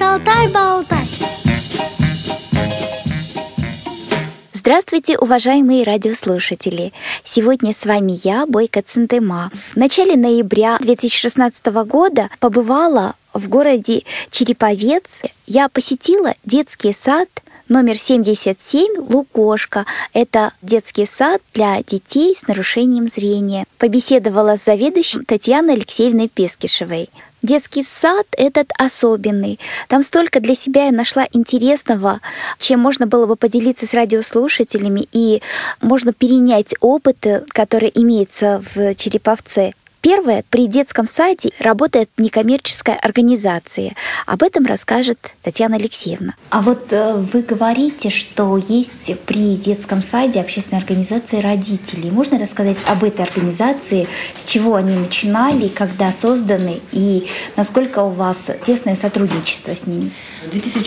Шалтай-болтай. Здравствуйте, уважаемые радиослушатели! Сегодня с вами я, Бойко Центема. В начале ноября 2016 года побывала в городе Череповец. Я посетила детский сад номер 77 «Лукошко». Это детский сад для детей с нарушением зрения. Побеседовала с заведующим Татьяной Алексеевной Пескишевой. Детский сад этот особенный. Там столько для себя я нашла интересного, чем можно было бы поделиться с радиослушателями, и можно перенять опыт, который имеется в Череповце. Первое, при детском саде работает некоммерческая организация. Об этом расскажет Татьяна Алексеевна. А вот вы говорите, что есть при детском саде общественная организация родителей. Можно рассказать об этой организации, с чего они начинали, когда созданы и насколько у вас тесное сотрудничество с ними? В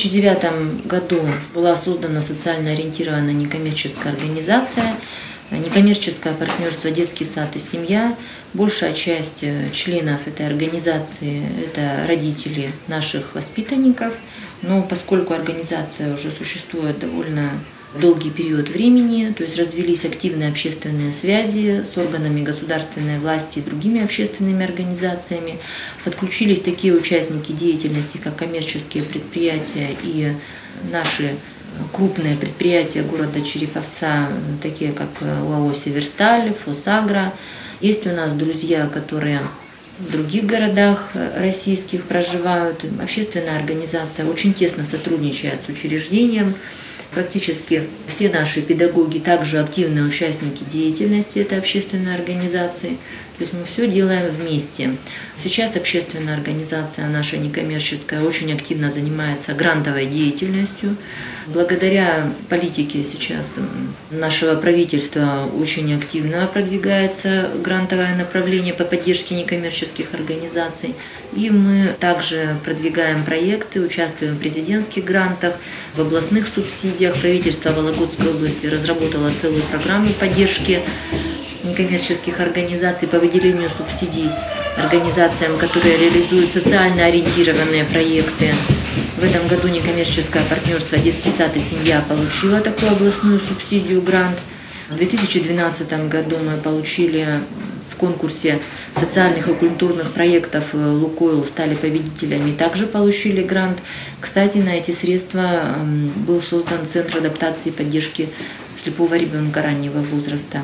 2009 году была создана социально ориентированная некоммерческая организация, некоммерческое партнерство «Детский сад и семья». Большая часть членов этой организации – это родители наших воспитанников. Но поскольку организация уже существует довольно долгий период времени, то есть развились активные общественные связи с органами государственной власти и другими общественными организациями, подключились такие участники деятельности, как коммерческие предприятия и наши крупные предприятия города Череповца, такие как ОАО «Северсталь», «Фосагро». Есть у нас друзья, которые в других городах российских проживают. Общественная организация очень тесно сотрудничает с учреждением. Практически все наши педагоги также активные участники деятельности этой общественной организации. То есть мы все делаем вместе. Сейчас общественная организация наша некоммерческая очень активно занимается грантовой деятельностью. Благодаря политике сейчас нашего правительства очень активно продвигается грантовое направление по поддержке некоммерческих организаций. И мы также продвигаем проекты, участвуем в президентских грантах, в областных субсидиях. Правительство Вологодской области разработало целую программу поддержки некоммерческих организаций по выделению субсидий организациям, которые реализуют социально ориентированные проекты. В этом году некоммерческое партнерство «Детский сад и семья» получило такую областную субсидию, грант. В 2012 году мы получили в конкурсе социальных и культурных проектов «Лукойл», стали победителями и также получили грант. Кстати, на эти средства был создан Центр адаптации и поддержки слепого ребенка раннего возраста.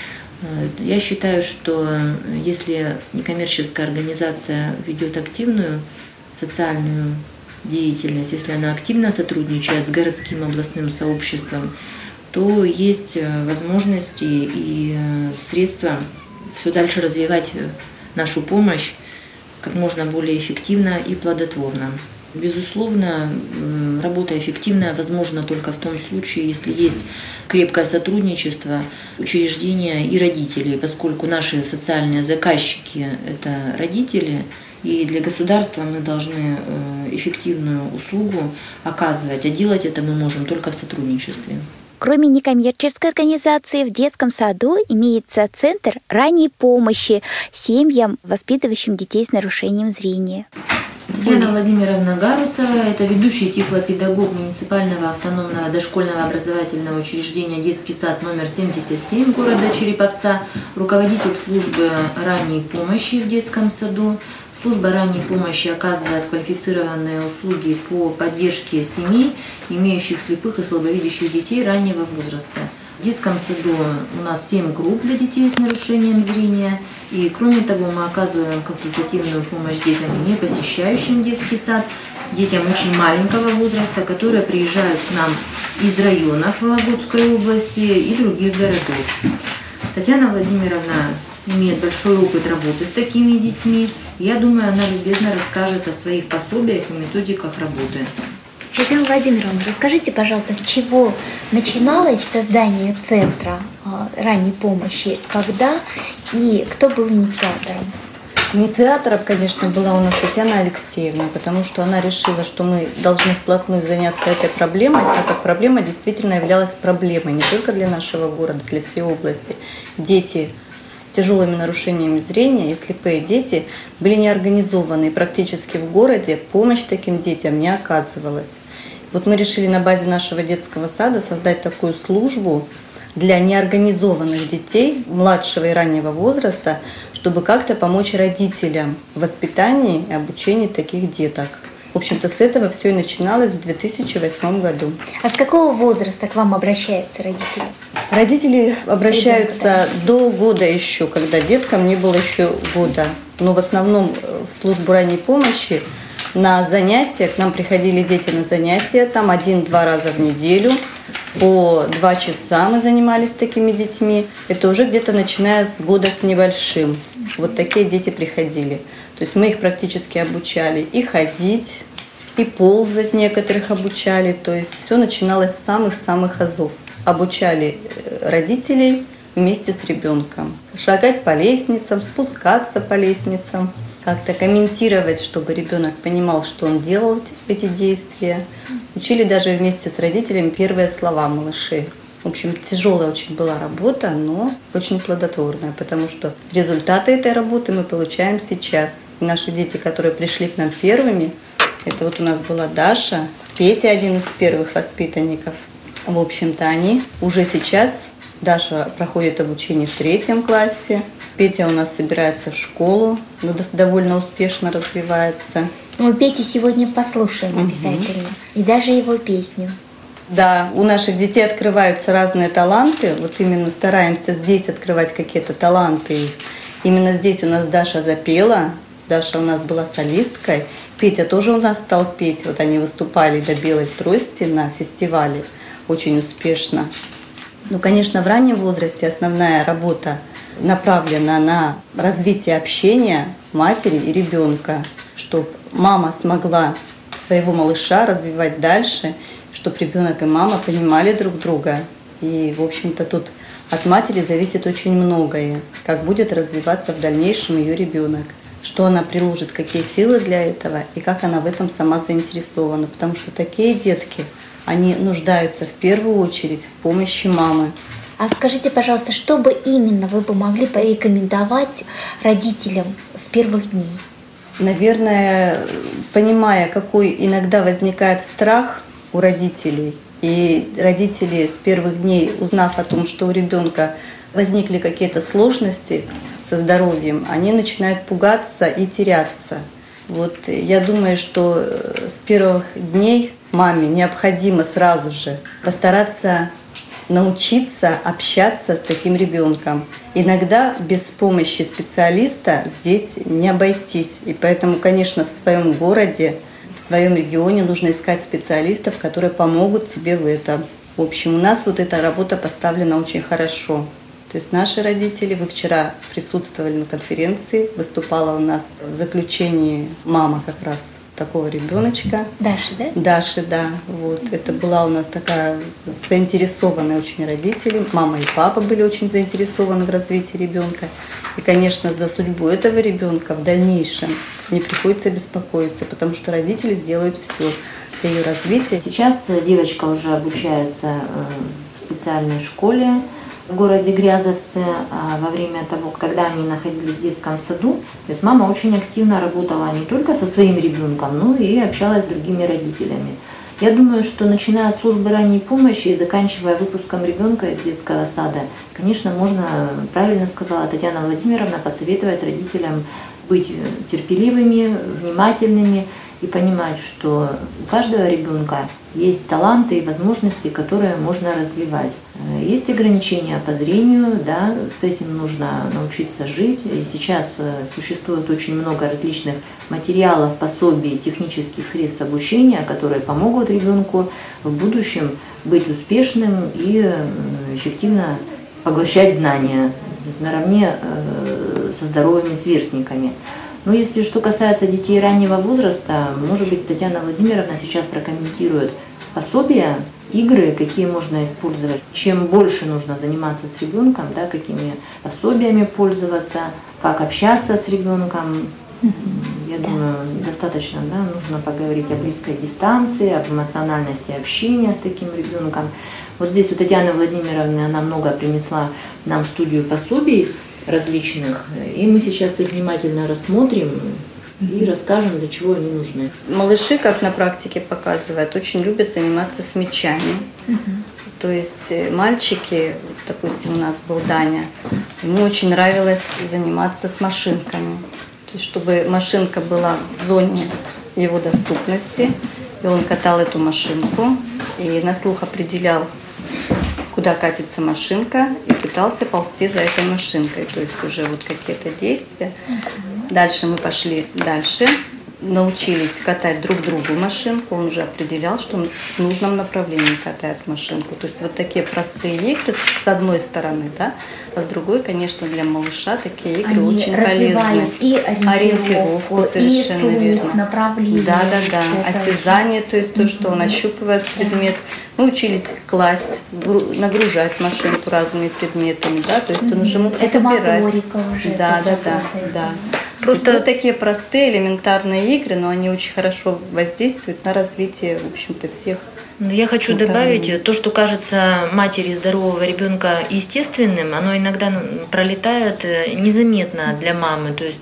Я считаю, что если некоммерческая организация ведет активную социальную деятельность, если она активно сотрудничает с городским областным сообществом, то есть возможности и средства все дальше развивать нашу помощь как можно более эффективно и плодотворно. Безусловно, работа эффективная возможна только в том случае, если есть крепкое сотрудничество учреждения и родителей, поскольку наши социальные заказчики – это родители, и для государства мы должны эффективную услугу оказывать, а делать это мы можем только в сотрудничестве. Кроме некоммерческой организации, в детском саду имеется Центр ранней помощи семьям, воспитывающим детей с нарушением зрения. Татьяна Владимировна Гарусова – это ведущий тифлопедагог муниципального автономного дошкольного образовательного учреждения «Детский сад» номер 77 города Череповца, руководитель службы ранней помощи в детском саду. Служба ранней помощи оказывает квалифицированные услуги по поддержке семей, имеющих слепых и слабовидящих детей раннего возраста. В детском саду у нас 7 групп для детей с нарушением зрения. И кроме того, мы оказываем консультативную помощь детям, не посещающим детский сад, детям очень маленького возраста, которые приезжают к нам из районов Вологодской области и других городов. Татьяна Владимировна имеет большой опыт работы с такими детьми. Я думаю, она любезно расскажет о своих пособиях и методиках работы. Татьяна Владимировна, расскажите, пожалуйста, с чего начиналось создание Центра ранней помощи, когда и кто был инициатором? Инициатором, конечно, была у нас Татьяна Алексеевна, потому что она решила, что мы должны вплотную заняться этой проблемой, так как проблема действительно являлась проблемой не только для нашего города, для всей области. Дети с тяжелыми нарушениями зрения и слепые дети были не организованы, и практически в городе помощь таким детям не оказывалась. Вот мы решили на базе нашего детского сада создать такую службу для неорганизованных детей младшего и раннего возраста, чтобы как-то помочь родителям в воспитании и обучении таких деток. В общем-то, с этого все и начиналось в 2008 году. А с какого возраста к вам обращаются родители? Родители обращаются до года еще, когда деткам не было еще года. Но в основном в службу ранней помощи на занятия, к нам приходили дети на занятия, там 1-2 раза в неделю, по 2 часа мы занимались такими детьми. Это уже где-то начиная с года с небольшим. Вот такие дети приходили. То есть мы их практически обучали и ходить, и ползать некоторых обучали. То есть все начиналось с самых-самых азов. Обучали родителей вместе с ребенком. Шагать по лестницам, спускаться по лестницам, как-то комментировать, чтобы ребенок понимал, что он делал эти действия. Учили даже вместе с родителями первые слова малышей. В общем, тяжелая очень была работа, но очень плодотворная, потому что результаты этой работы мы получаем сейчас. И наши дети, которые пришли к нам первыми, это вот у нас была Даша, Петя, один из первых воспитанников. В общем-то, они уже сейчас, Даша проходит обучение в 3 классе, Петя у нас собирается в школу, но довольно успешно развивается. Мы Петю сегодня послушаем обязательно, и даже его песню. Да, у наших детей открываются разные таланты. Вот именно стараемся здесь открывать какие-то таланты. Именно здесь у нас Даша запела. Даша у нас была солисткой. Петя тоже у нас стал петь. Вот они выступали до белой трости на фестивале. Очень успешно. Ну, конечно, в раннем возрасте основная работа направлена на развитие общения матери и ребенка, чтобы мама смогла своего малыша развивать дальше, чтобы ребенок и мама понимали друг друга. И, в общем-то, тут от матери зависит очень многое, как будет развиваться в дальнейшем ее ребенок, что она приложит, какие силы для этого, и как она в этом сама заинтересована. Потому что такие детки, они нуждаются в первую очередь в помощи мамы. А скажите, пожалуйста, что бы именно вы бы могли порекомендовать родителям с первых дней? Наверное, понимая, какой иногда возникает страх у родителей, и родители с первых дней, узнав о том, что у ребенка возникли какие-то сложности со здоровьем, они начинают пугаться и теряться. Вот я думаю, что с первых дней маме необходимо сразу же постараться научиться общаться с таким ребенком. Иногда без помощи специалиста здесь не обойтись. И поэтому, конечно, в своем городе, в своем регионе нужно искать специалистов, которые помогут тебе в этом. В общем, у нас вот эта работа поставлена очень хорошо. То есть наши родители, вы вчера присутствовали на конференции, выступала у нас в заключении мама как раз такого ребеночка. Даши, да? Даши, да. Вот. Это была у нас такая заинтересованные очень родители. Мама и папа были очень заинтересованы в развитии ребенка. И, конечно, за судьбу этого ребенка в дальнейшем не приходится беспокоиться, потому что родители сделают все для ее развития. Сейчас девочка уже обучается в специальной школе в городе Грязовце. Во время того, когда они находились в детском саду, то есть мама очень активно работала не только со своим ребенком, но и общалась с другими родителями. Я думаю, что начиная от службы ранней помощи и заканчивая выпуском ребенка из детского сада, конечно, можно, правильно сказала Татьяна Владимировна, посоветовать родителям быть терпеливыми, внимательными и понимать, что у каждого ребенка есть таланты и возможности, которые можно развивать. Есть ограничения по зрению, да, с этим нужно научиться жить. И сейчас существует очень много различных материалов, пособий, технических средств обучения, которые помогут ребенку в будущем быть успешным и эффективно поглощать знания наравне со здоровыми сверстниками. Но если что касается детей раннего возраста, может быть, Татьяна Владимировна сейчас прокомментирует пособия, игры, какие можно использовать. Чем больше нужно заниматься с ребенком, да, какими пособиями пользоваться, как общаться с ребенком. Я думаю, достаточно, да, нужно поговорить о близкой дистанции, об эмоциональности общения с таким ребенком. Вот здесь у Татьяны Владимировны она много принесла нам в студию пособий различных. И мы сейчас их внимательно рассмотрим и расскажем, для чего они нужны. Малыши, как на практике показывают, очень любят заниматься с мячами. То есть мальчики, допустим, у нас был Даня, ему очень нравилось заниматься с машинками. То есть чтобы машинка была в зоне его доступности, и он катал эту машинку и на слух определял, куда катится машинка, и пытался ползти за этой машинкой. То есть уже вот какие-то действия. Дальше мы пошли дальше, научились катать друг другу машинку. Он уже определял, что он в нужном направлении катает машинку. То есть вот такие простые игры с одной стороны, да, а с другой, конечно, для малыша такие игры Они очень полезны. И ориентировку, совершенно и слух, верно. направление. Да. Осязание, то есть то, что он ощупывает предмет. Мы учились класть, нагружать машинку разными предметами, да, то есть он уже мог это подбирать. моторика уже. Да. Просто вот такие простые элементарные игры, но они очень хорошо воздействуют на развитие, в общем-то, всех. Я хочу добавить, то, что кажется матери здорового ребенка естественным, оно иногда пролетает незаметно для мамы. То есть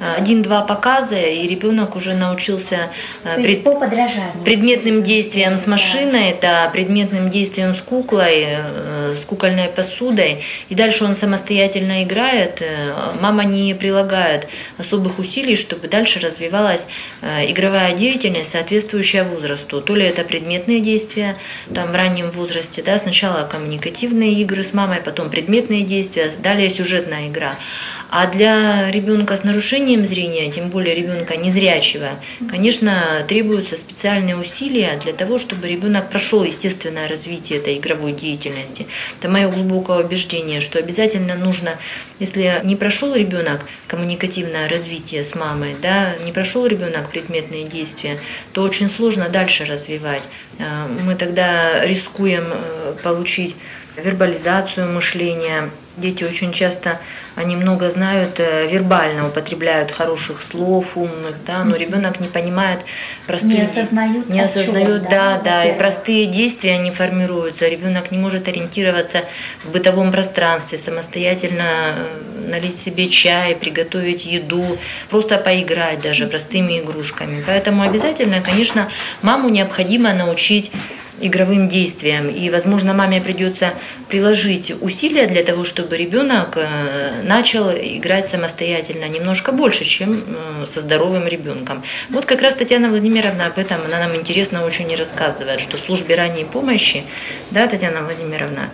1-2 показа, и ребенок уже научился по подражанию. Предметным действиям с машиной, да, предметным действиям с куклой, с кукольной посудой. И дальше он самостоятельно играет. Мама не прилагает особых усилий, чтобы дальше развивалась игровая деятельность, соответствующая возрасту. То ли это предметные действия, там в раннем возрасте, да, сначала коммуникативные игры с мамой, потом предметные действия, далее сюжетная игра. А для ребенка с нарушением зрения, тем более ребенка незрячего, конечно, требуются специальные усилия для того, чтобы ребенок прошел естественное развитие этой игровой деятельности. Это мое глубокое убеждение, что обязательно нужно, если не прошел ребенок коммуникативное развитие с мамой, да, не прошел ребенок предметные действия, то очень сложно дальше развивать. Мы тогда рискуем получить вербализацию мышления. Дети очень часто, они много знают, вербально употребляют хороших слов, умных, да, но ребенок не понимает простые, не осознают, да, и простые действия не формируются. Ребенок не может ориентироваться в бытовом пространстве, самостоятельно налить себе чай, приготовить еду, просто поиграть даже простыми игрушками. Поэтому обязательно, конечно, маму необходимо научить игровым действиям. И, возможно, маме придется приложить усилия для того, чтобы ребенок начал играть самостоятельно немножко больше, чем со здоровым ребенком. Вот как раз Татьяна Владимировна об этом, она нам интересно очень и рассказывает, что в службе ранней помощи, да, Татьяна Владимировна,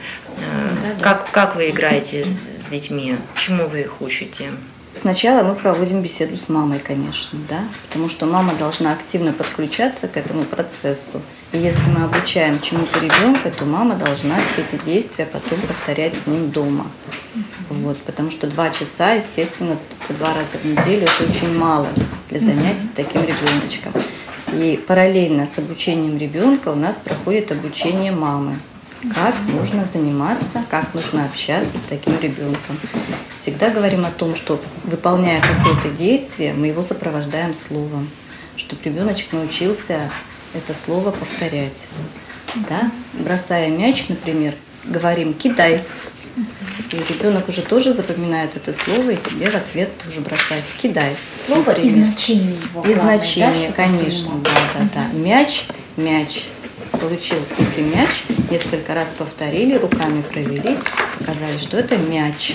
как вы играете с детьми, чему вы их учите? Сначала мы проводим беседу с мамой, конечно, да, потому что мама должна активно подключаться к этому процессу. И если мы обучаем чему-то ребенка, то мама должна все эти действия потом повторять с ним дома. Вот, потому что 2 часа, естественно, 2 раза в неделю это очень мало для занятий с таким ребеночком. И параллельно с обучением ребенка у нас проходит обучение мамы. Как нужно заниматься, как нужно общаться с таким ребенком. Всегда говорим о том, что выполняя какое-то действие, мы его сопровождаем словом, чтобы ребеночек научился это слово повторять. Да? Бросая мяч, например, говорим «кидай». И ребенок уже тоже запоминает это слово, и тебе в ответ тоже бросает «кидай». Слово и значение его. И значение, конечно, да. Мяч. Получил в руки мяч, несколько раз повторили, руками провели, сказали, что это мяч.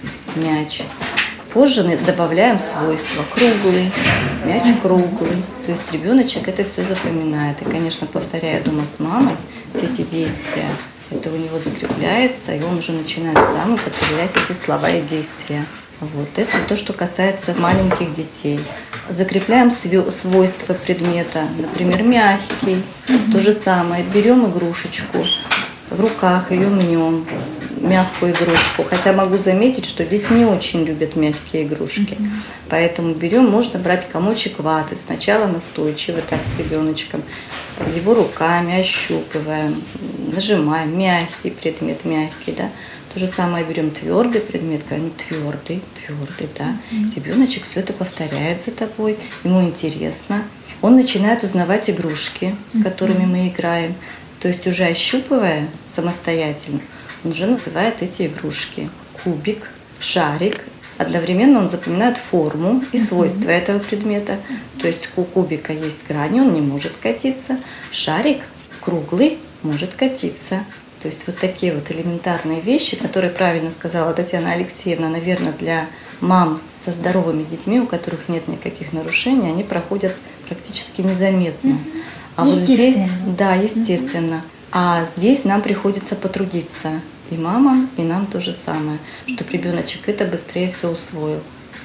Позже добавляем свойства. Круглый, мяч круглый. То есть ребеночек это все запоминает. И, конечно, повторяя дома с мамой все эти действия, это у него закрепляется, и он уже начинает сам употреблять эти слова и действия. Вот. Это то, что касается маленьких детей. Закрепляем свойства предмета, например, мягкий. То же самое. Берем игрушечку, в руках ее мнем, мягкую игрушку. Хотя могу заметить, что дети не очень любят мягкие игрушки. Поэтому берем, можно брать комочек ваты. Сначала настойчиво так с ребеночком. Его руками ощупываем, нажимаем. Мягкий предмет, мягкий, да. То же самое берем твердый предмет, когда твердый, да. Ребеночек все это повторяет за тобой, ему интересно. Он начинает узнавать игрушки, с которыми мы играем. То есть уже ощупывая самостоятельно, он уже называет эти игрушки. Кубик, шарик, одновременно он запоминает форму и свойства этого предмета. То есть у кубика есть грани, он не может катиться. Шарик круглый может катиться. То есть вот такие вот элементарные вещи, которые, правильно сказала Татьяна Алексеевна, наверное, для мам со здоровыми детьми, у которых нет никаких нарушений, они проходят практически незаметно. А вот здесь, да, естественно. А здесь нам приходится потрудиться. И мамам, и нам то же самое, чтобы ребеночек это быстрее все усвоил.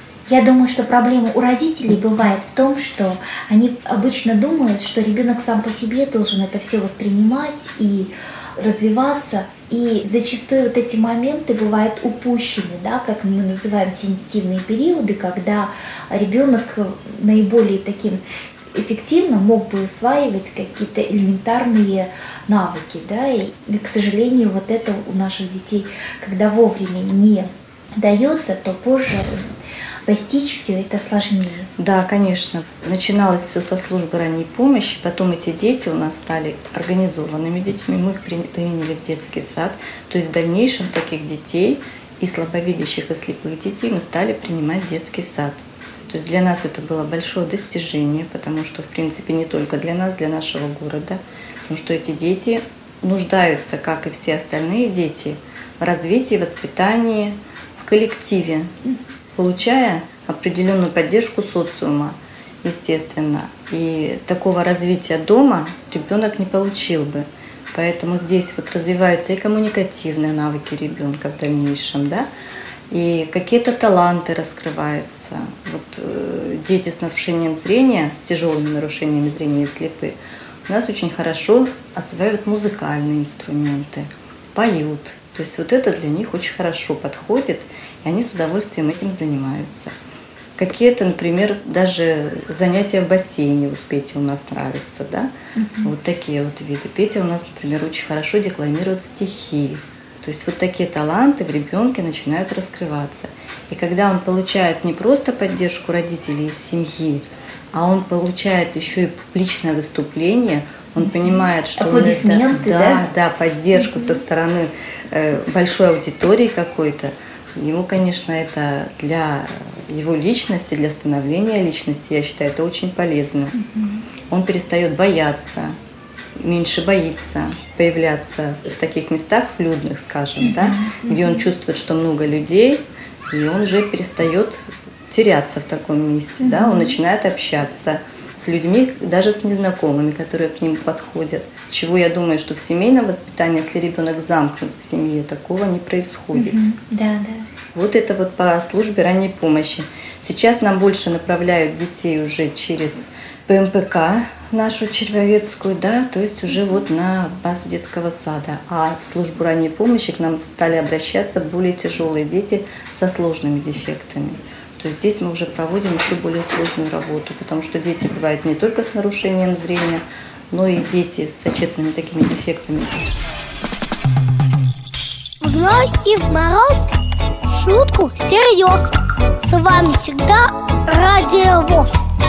Я думаю, что проблема у родителей бывает в том, что они обычно думают, что ребенок сам по себе должен это все воспринимать и развиваться. И зачастую вот эти моменты бывают упущены, да, как мы называем сенситивные периоды, когда ребенок наиболее таким эффективно мог бы усваивать какие-то элементарные навыки, да, и, к сожалению, вот это у наших детей, когда вовремя не дается, то позже постичь все это сложнее. Да, конечно. Начиналось все со службы ранней помощи, потом эти дети у нас стали организованными детьми, мы их приняли в детский сад, то есть в дальнейшем таких детей и слабовидящих, и слепых детей мы стали принимать в детский сад. То есть для нас это было большое достижение, потому что, в принципе, не только для нас, для нашего города, потому что эти дети нуждаются, как и все остальные дети, в развитии, воспитании, в коллективе, получая определенную поддержку социума, естественно. И такого развития дома ребенок не получил бы. Поэтому здесь вот развиваются и коммуникативные навыки ребенка в дальнейшем, да, и какие-то таланты раскрываются. Вот дети с нарушением зрения, с тяжелыми нарушениями зрения и слепые, у нас очень хорошо осваивают музыкальные инструменты, поют. То есть вот это для них очень хорошо подходит, и они с удовольствием этим занимаются. Какие-то, например, даже занятия в бассейне. Вот Пете у нас нравится, да? Вот такие вот виды. Петя у нас, например, очень хорошо декламирует стихи. То есть вот такие таланты в ребенке начинают раскрываться. И когда он получает не просто поддержку родителей из семьи, а он получает еще и публичное выступление, он понимает, что аплодисменты, да, поддержку со стороны большой аудитории какой-то. Ему, конечно, это для его личности, для становления личности, я считаю, это очень полезно. Он перестает бояться, меньше боится появляться в таких местах, в людных, скажем, да, где он чувствует, что много людей, и он уже перестает теряться в таком месте, да, он начинает общаться с людьми, даже с незнакомыми, которые к нему подходят. Чего я думаю, что в семейном воспитании, если ребенок замкнут в семье, такого не происходит. Да. Вот это вот по службе ранней помощи. Сейчас нам больше направляют детей уже через ПМПК, нашу Череповецкую, да, то есть уже вот на базу детского сада. А в службу ранней помощи к нам стали обращаться более тяжелые дети со сложными дефектами. То есть здесь мы уже проводим еще более сложную работу, потому что дети бывают не только с нарушением зрения, но и дети с сочетанными такими дефектами. В ночь и в мороз шутку серьез. С вами всегда Радио ВОС.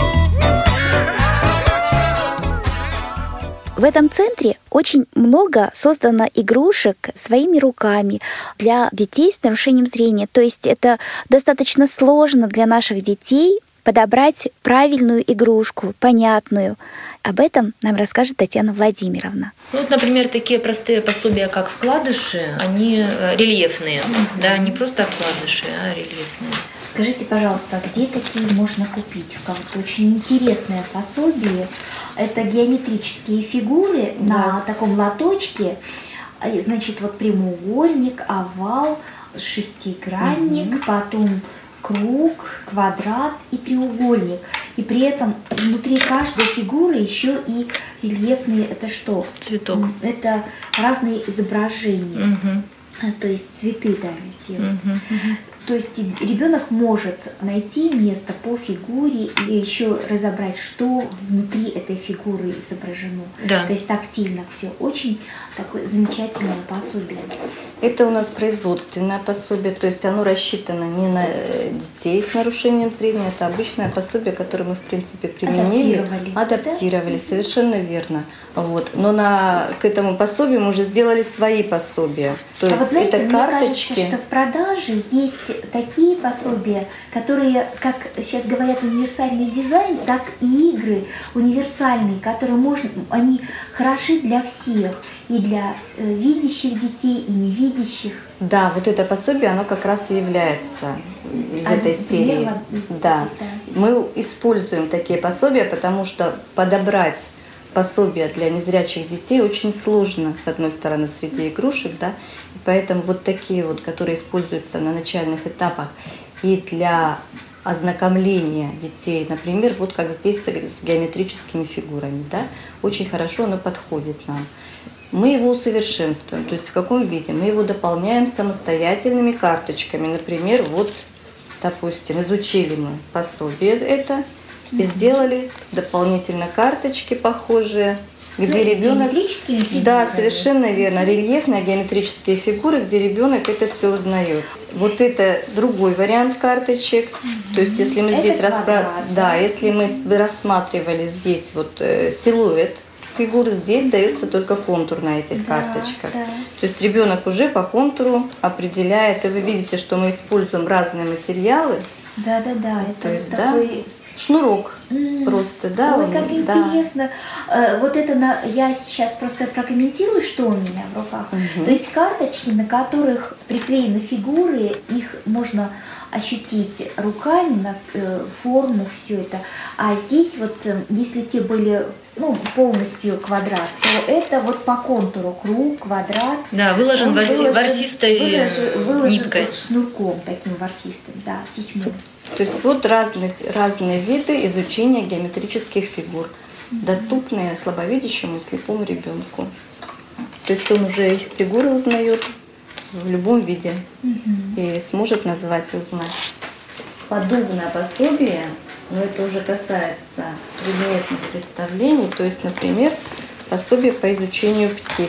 В этом центре очень много создано игрушек своими руками для детей с нарушением зрения. То есть это достаточно сложно для наших детей подобрать правильную игрушку, понятную. Об этом нам расскажет Татьяна Владимировна. Вот, например, такие простые пособия, как вкладыши, они рельефные. Да, не просто вкладыши, а рельефные. Скажите, пожалуйста, где такие можно купить? Как-то очень интересное пособие. Это геометрические фигуры на таком лоточке. Значит, вот прямоугольник, овал, шестигранник, потом круг, квадрат и треугольник. И при этом внутри каждой фигуры еще и рельефные, это что? Цветок. Это разные изображения. То есть цветы даже сделать. То есть ребенок может найти место по фигуре и еще разобрать, что внутри этой фигуры изображено. Да. То есть тактильно все. Очень такое замечательное пособие. Это у нас производственное пособие, то есть оно рассчитано не на детей с нарушением зрения, это обычное пособие, которое мы, в принципе, применили. Адаптировали, да? Совершенно верно. Вот. Но к этому пособию мы уже сделали свои пособия. То есть вот знаете, это карточки. Мне кажется, что в продаже есть такие пособия, которые, как сейчас говорят, универсальный дизайн, так и игры универсальные, которые они хороши для всех, и для видящих детей, и невидящих. Да, вот это пособие, оно как раз и является из этой серии. Да. Мы используем такие пособия, потому что подобрать пособия для незрячих детей очень сложно, с одной стороны, среди игрушек, да, и поэтому вот такие вот, которые используются на начальных этапах и для ознакомления детей, например, вот как здесь с геометрическими фигурами, да, очень хорошо оно подходит нам. Мы его усовершенствуем, то есть в каком виде? Мы его дополняем самостоятельными карточками, например, вот, допустим, изучили мы пособие это, и сделали дополнительно карточки похожие, где ребенок... Да, совершенно верно. Рельефные геометрические фигуры, где ребенок это все узнает. Вот это другой вариант карточек. То есть, если мы здесь если мы рассматривали здесь вот силуэт фигуры, здесь дается только контур на этих карточках. Да. То есть ребенок уже по контуру определяет, и вы видите, что мы используем разные материалы. Да. Это то есть, такой... Шнурок просто, да. Ой, как интересно. Вот это я сейчас просто прокомментирую, что у меня в руках. То есть карточки, на которых приклеены фигуры, их можно ощутить руками, форму, все это. А здесь вот, если те были полностью квадрат, то это вот по контуру круг, квадрат. Да, выложен ворсистой ниткой. Шнурком таким ворсистым, да, тесьмой. То есть вот разные виды изучения геометрических фигур, доступные слабовидящему и слепому ребенку. То есть он уже их фигуры узнает в любом виде и сможет назвать и узнать. Подобное пособие, но это уже касается предметных представлений, то есть, например, пособие по изучению птиц.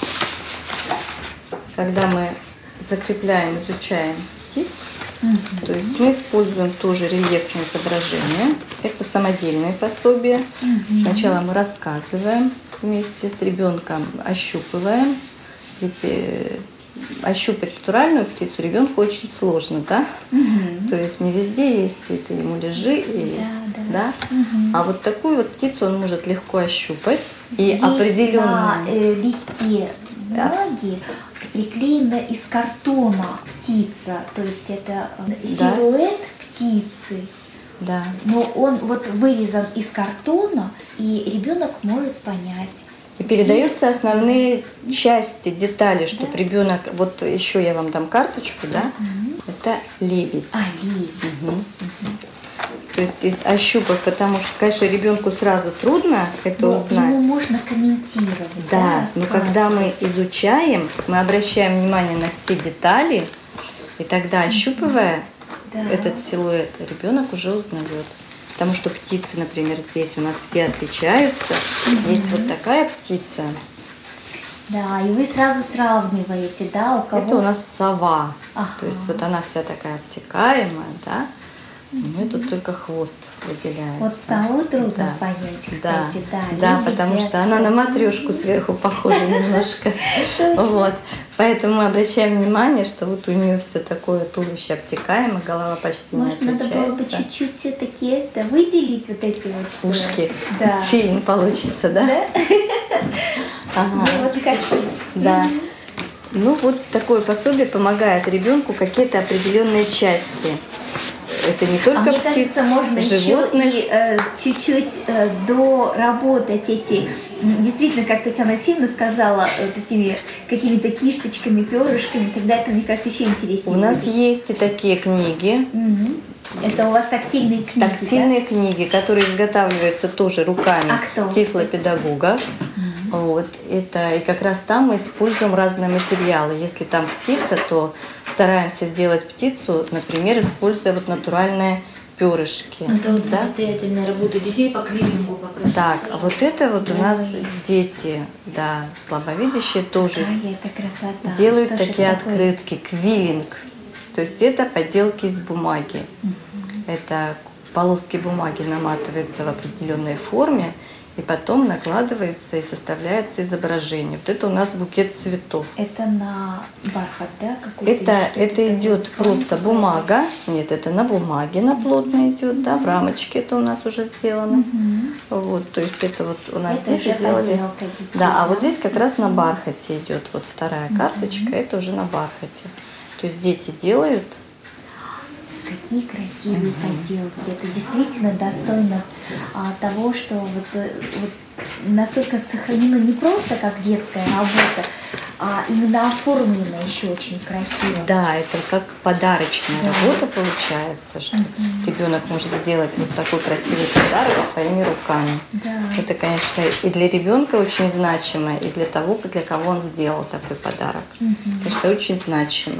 Когда мы закрепляем, изучаем птиц, то есть мы используем тоже рельефные изображения. Это самодельные пособия. Сначала мы рассказываем вместе с ребенком, ощупываем. Ведь ощупать натуральную птицу ребенку очень сложно, да? То есть не везде есть, это ему лежи, да? А вот такую вот птицу он может легко ощупать. И здесь определенно... на листе бумаги приклеена из картона птица, то есть это силуэт птицы. Да. Но он вот вырезан из картона, и ребенок может понять. И передаются основные части, детали, чтобы ребенок. Вот еще я вам дам карточку, да? Это лебедь. Лебедь. То есть ощупать, потому что, конечно, ребенку сразу трудно это узнать. Ему можно комментировать. Да, но когда мы изучаем, мы обращаем внимание на все детали, и тогда, ощупывая этот силуэт, ребенок уже узнает. Потому что птицы, например, здесь у нас все отличаются. Есть вот такая птица. Да, и вы сразу сравниваете, да, у кого... Это у нас сова. То есть вот она вся такая обтекаемая, да. Ну и тут только хвост выделяется. Вот сову трудно понять, кстати, да, потому что она на матрешку сверху похожа немножко. Вот. Поэтому мы обращаем внимание, что вот у нее все такое туловище обтекаемое, голова почти не отличается. Может, надо было бы чуть-чуть все-таки выделить вот эти вот ушки. Да. Фильм получится, да? Ну вот хочу. Да. Ну вот такое пособие помогает ребенку какие-то определенные части. Это не только мне птиц, кажется, можно животных. еще и чуть-чуть доработать эти, действительно, как Татьяна Алексеевна сказала, вот этими какими-то кисточками, перышками, тогда это, мне кажется, еще интереснее. У нас есть и такие книги. Это у вас тактильные книги, Тактильные книги, которые изготавливаются тоже руками тифлопедагогов. Вот. Это, и как раз там мы используем разные материалы. Если там птица, то стараемся сделать птицу, например, используя вот натуральные перышки. Это вот да? самостоятельная работа детей по квиллингу покажите. Так, а вот это вот у нас дети, да, слабовидящие тоже Какая это красота. делают Что ж такие это такое? открытки, квиллинг. То есть это поделки из бумаги. Это полоски бумаги наматываются в определенной форме, и потом накладываются и составляется изображение. Вот это у нас букет цветов. Это на бархат, да? Какой-то Это идет просто бумага. Нет, это на бумаге, на плотно идет, да, в рамочке это у нас уже сделано. Вот, то есть это вот у нас Это здесь уже делали. поделка детей, Да, а вот да? здесь как раз на бархате идет. Вот вторая карточка, это уже на бархате. То есть дети делают. Какие красивые поделки. Это действительно достойно того, что вот настолько сохранено не просто как детская работа, а именно оформлено еще очень красиво. Да, это как подарочная работа получается, что ребенок может сделать вот такой красивый подарок своими руками. Да. Это, конечно, и для ребенка очень значимо, и для того, для кого он сделал такой подарок. Конечно, очень значимо.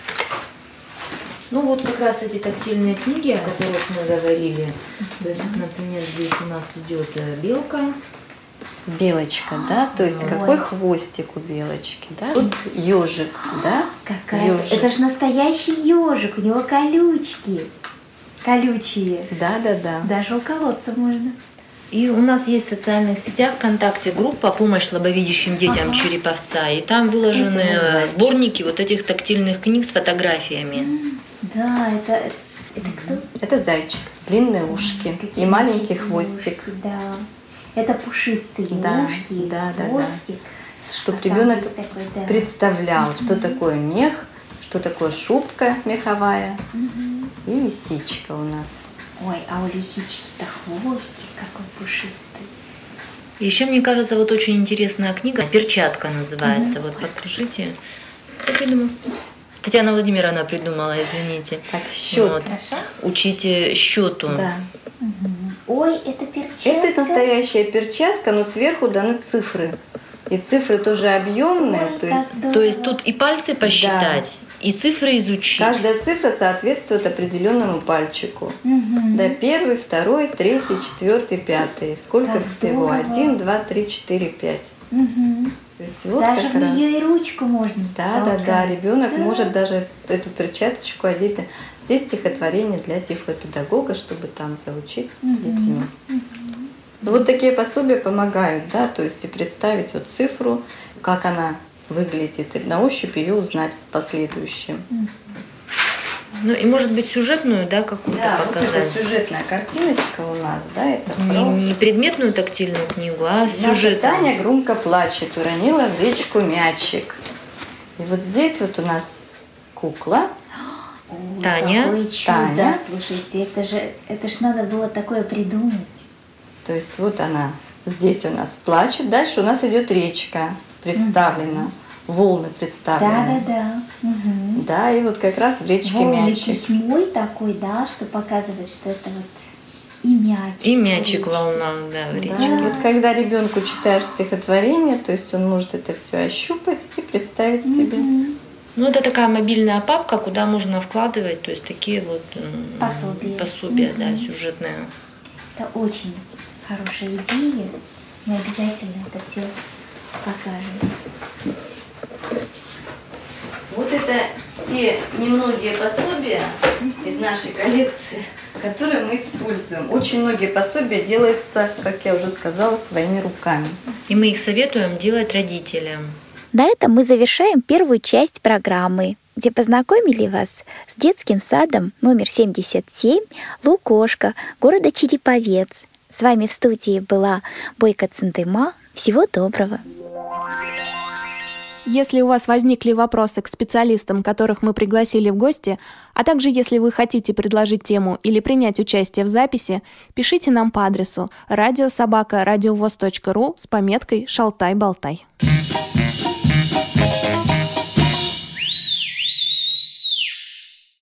Ну вот как раз эти тактильные книги, о которых мы говорили. То есть, например, здесь у нас идет белка. Белочка, да, то есть какой хвостик у белочки, да? Вот ежик, да? Ёжик. Это же настоящий ежик, у него колючки. Колючие. Да. Даже уколоться можно. И у нас есть в социальных сетях ВКонтакте группа «Помощь слабовидящим детям Череповца». И там выложены сборники вот этих тактильных книг с фотографиями. Да, это кто? Это зайчик, длинные ушки и маленький хвостик. Да. Это пушистые ушки, хвостик. Чтобы ребенок представлял, что такое мех, что такое шубка меховая и лисичка у нас. Ой, а у лисички-то хвостик какой пушистый. Еще, мне кажется, вот очень интересная книга «Перчатка» называется. Вот покажите. Кто придумал? Татьяна Владимировна придумала, извините. Так, счет. Вот. Хорошо? Учите счету. Да. Ой, это перчатка. Это настоящая перчатка, но сверху даны цифры. И цифры тоже объемные. Ой, То есть тут и пальцы посчитать, и цифры изучить. Каждая цифра соответствует определенному пальчику. Да, 1, 2, 3, 4, 5. Сколько Как всего? здорово. 1, 2, 3, 4, 5. То есть вот Даже как в раз. нее и ручку можно. Да. Ребенок может даже эту перчаточку одеть. Здесь стихотворение для тифлопедагога, чтобы там заучить с детьми. Ну, вот такие пособия помогают, да, то есть и представить вот цифру, как она выглядит, и на ощупь ее узнать в последующем. Ну и может быть сюжетную, да, какую-то Да, вот показать. это сюжетная картиночка у нас, да, это Не предметную тактильную книгу, а сюжет. Таня громко плачет, уронила в речку мячик. И вот здесь вот у нас кукла. Ой, Таня. Какое чудо, Таня. слушайте, это ж надо было такое придумать. То есть вот она здесь у нас плачет. Дальше у нас идет речка представлена, волны представлены. Да. Да, и вот как раз в речке Волны мячик. кисьмой такой, да, что показывает, что это вот и мячик. И мячик в в речке. волнах, да, в речке. Да, вот когда ребенку читаешь стихотворение, то есть он может это все ощупать и представить себе. Ну, это такая мобильная папка, куда можно вкладывать, то есть такие вот Пособия. да, сюжетные. Это очень хорошая идея. Мы обязательно это все покажем. Вот это те немногие пособия из нашей коллекции, которые мы используем. Очень многие пособия делаются, как я уже сказала, своими руками. И мы их советуем делать родителям. На этом мы завершаем первую часть программы, где познакомили вас с детским садом номер 77 «Лукошко» города Череповец. С вами в студии была Бойко Центыма. Всего доброго! Если у вас возникли вопросы к специалистам, которых мы пригласили в гости, а также если вы хотите предложить тему или принять участие в записи, пишите нам по адресу радиособака.радиовоз.ру с пометкой «Шалтай-болтай».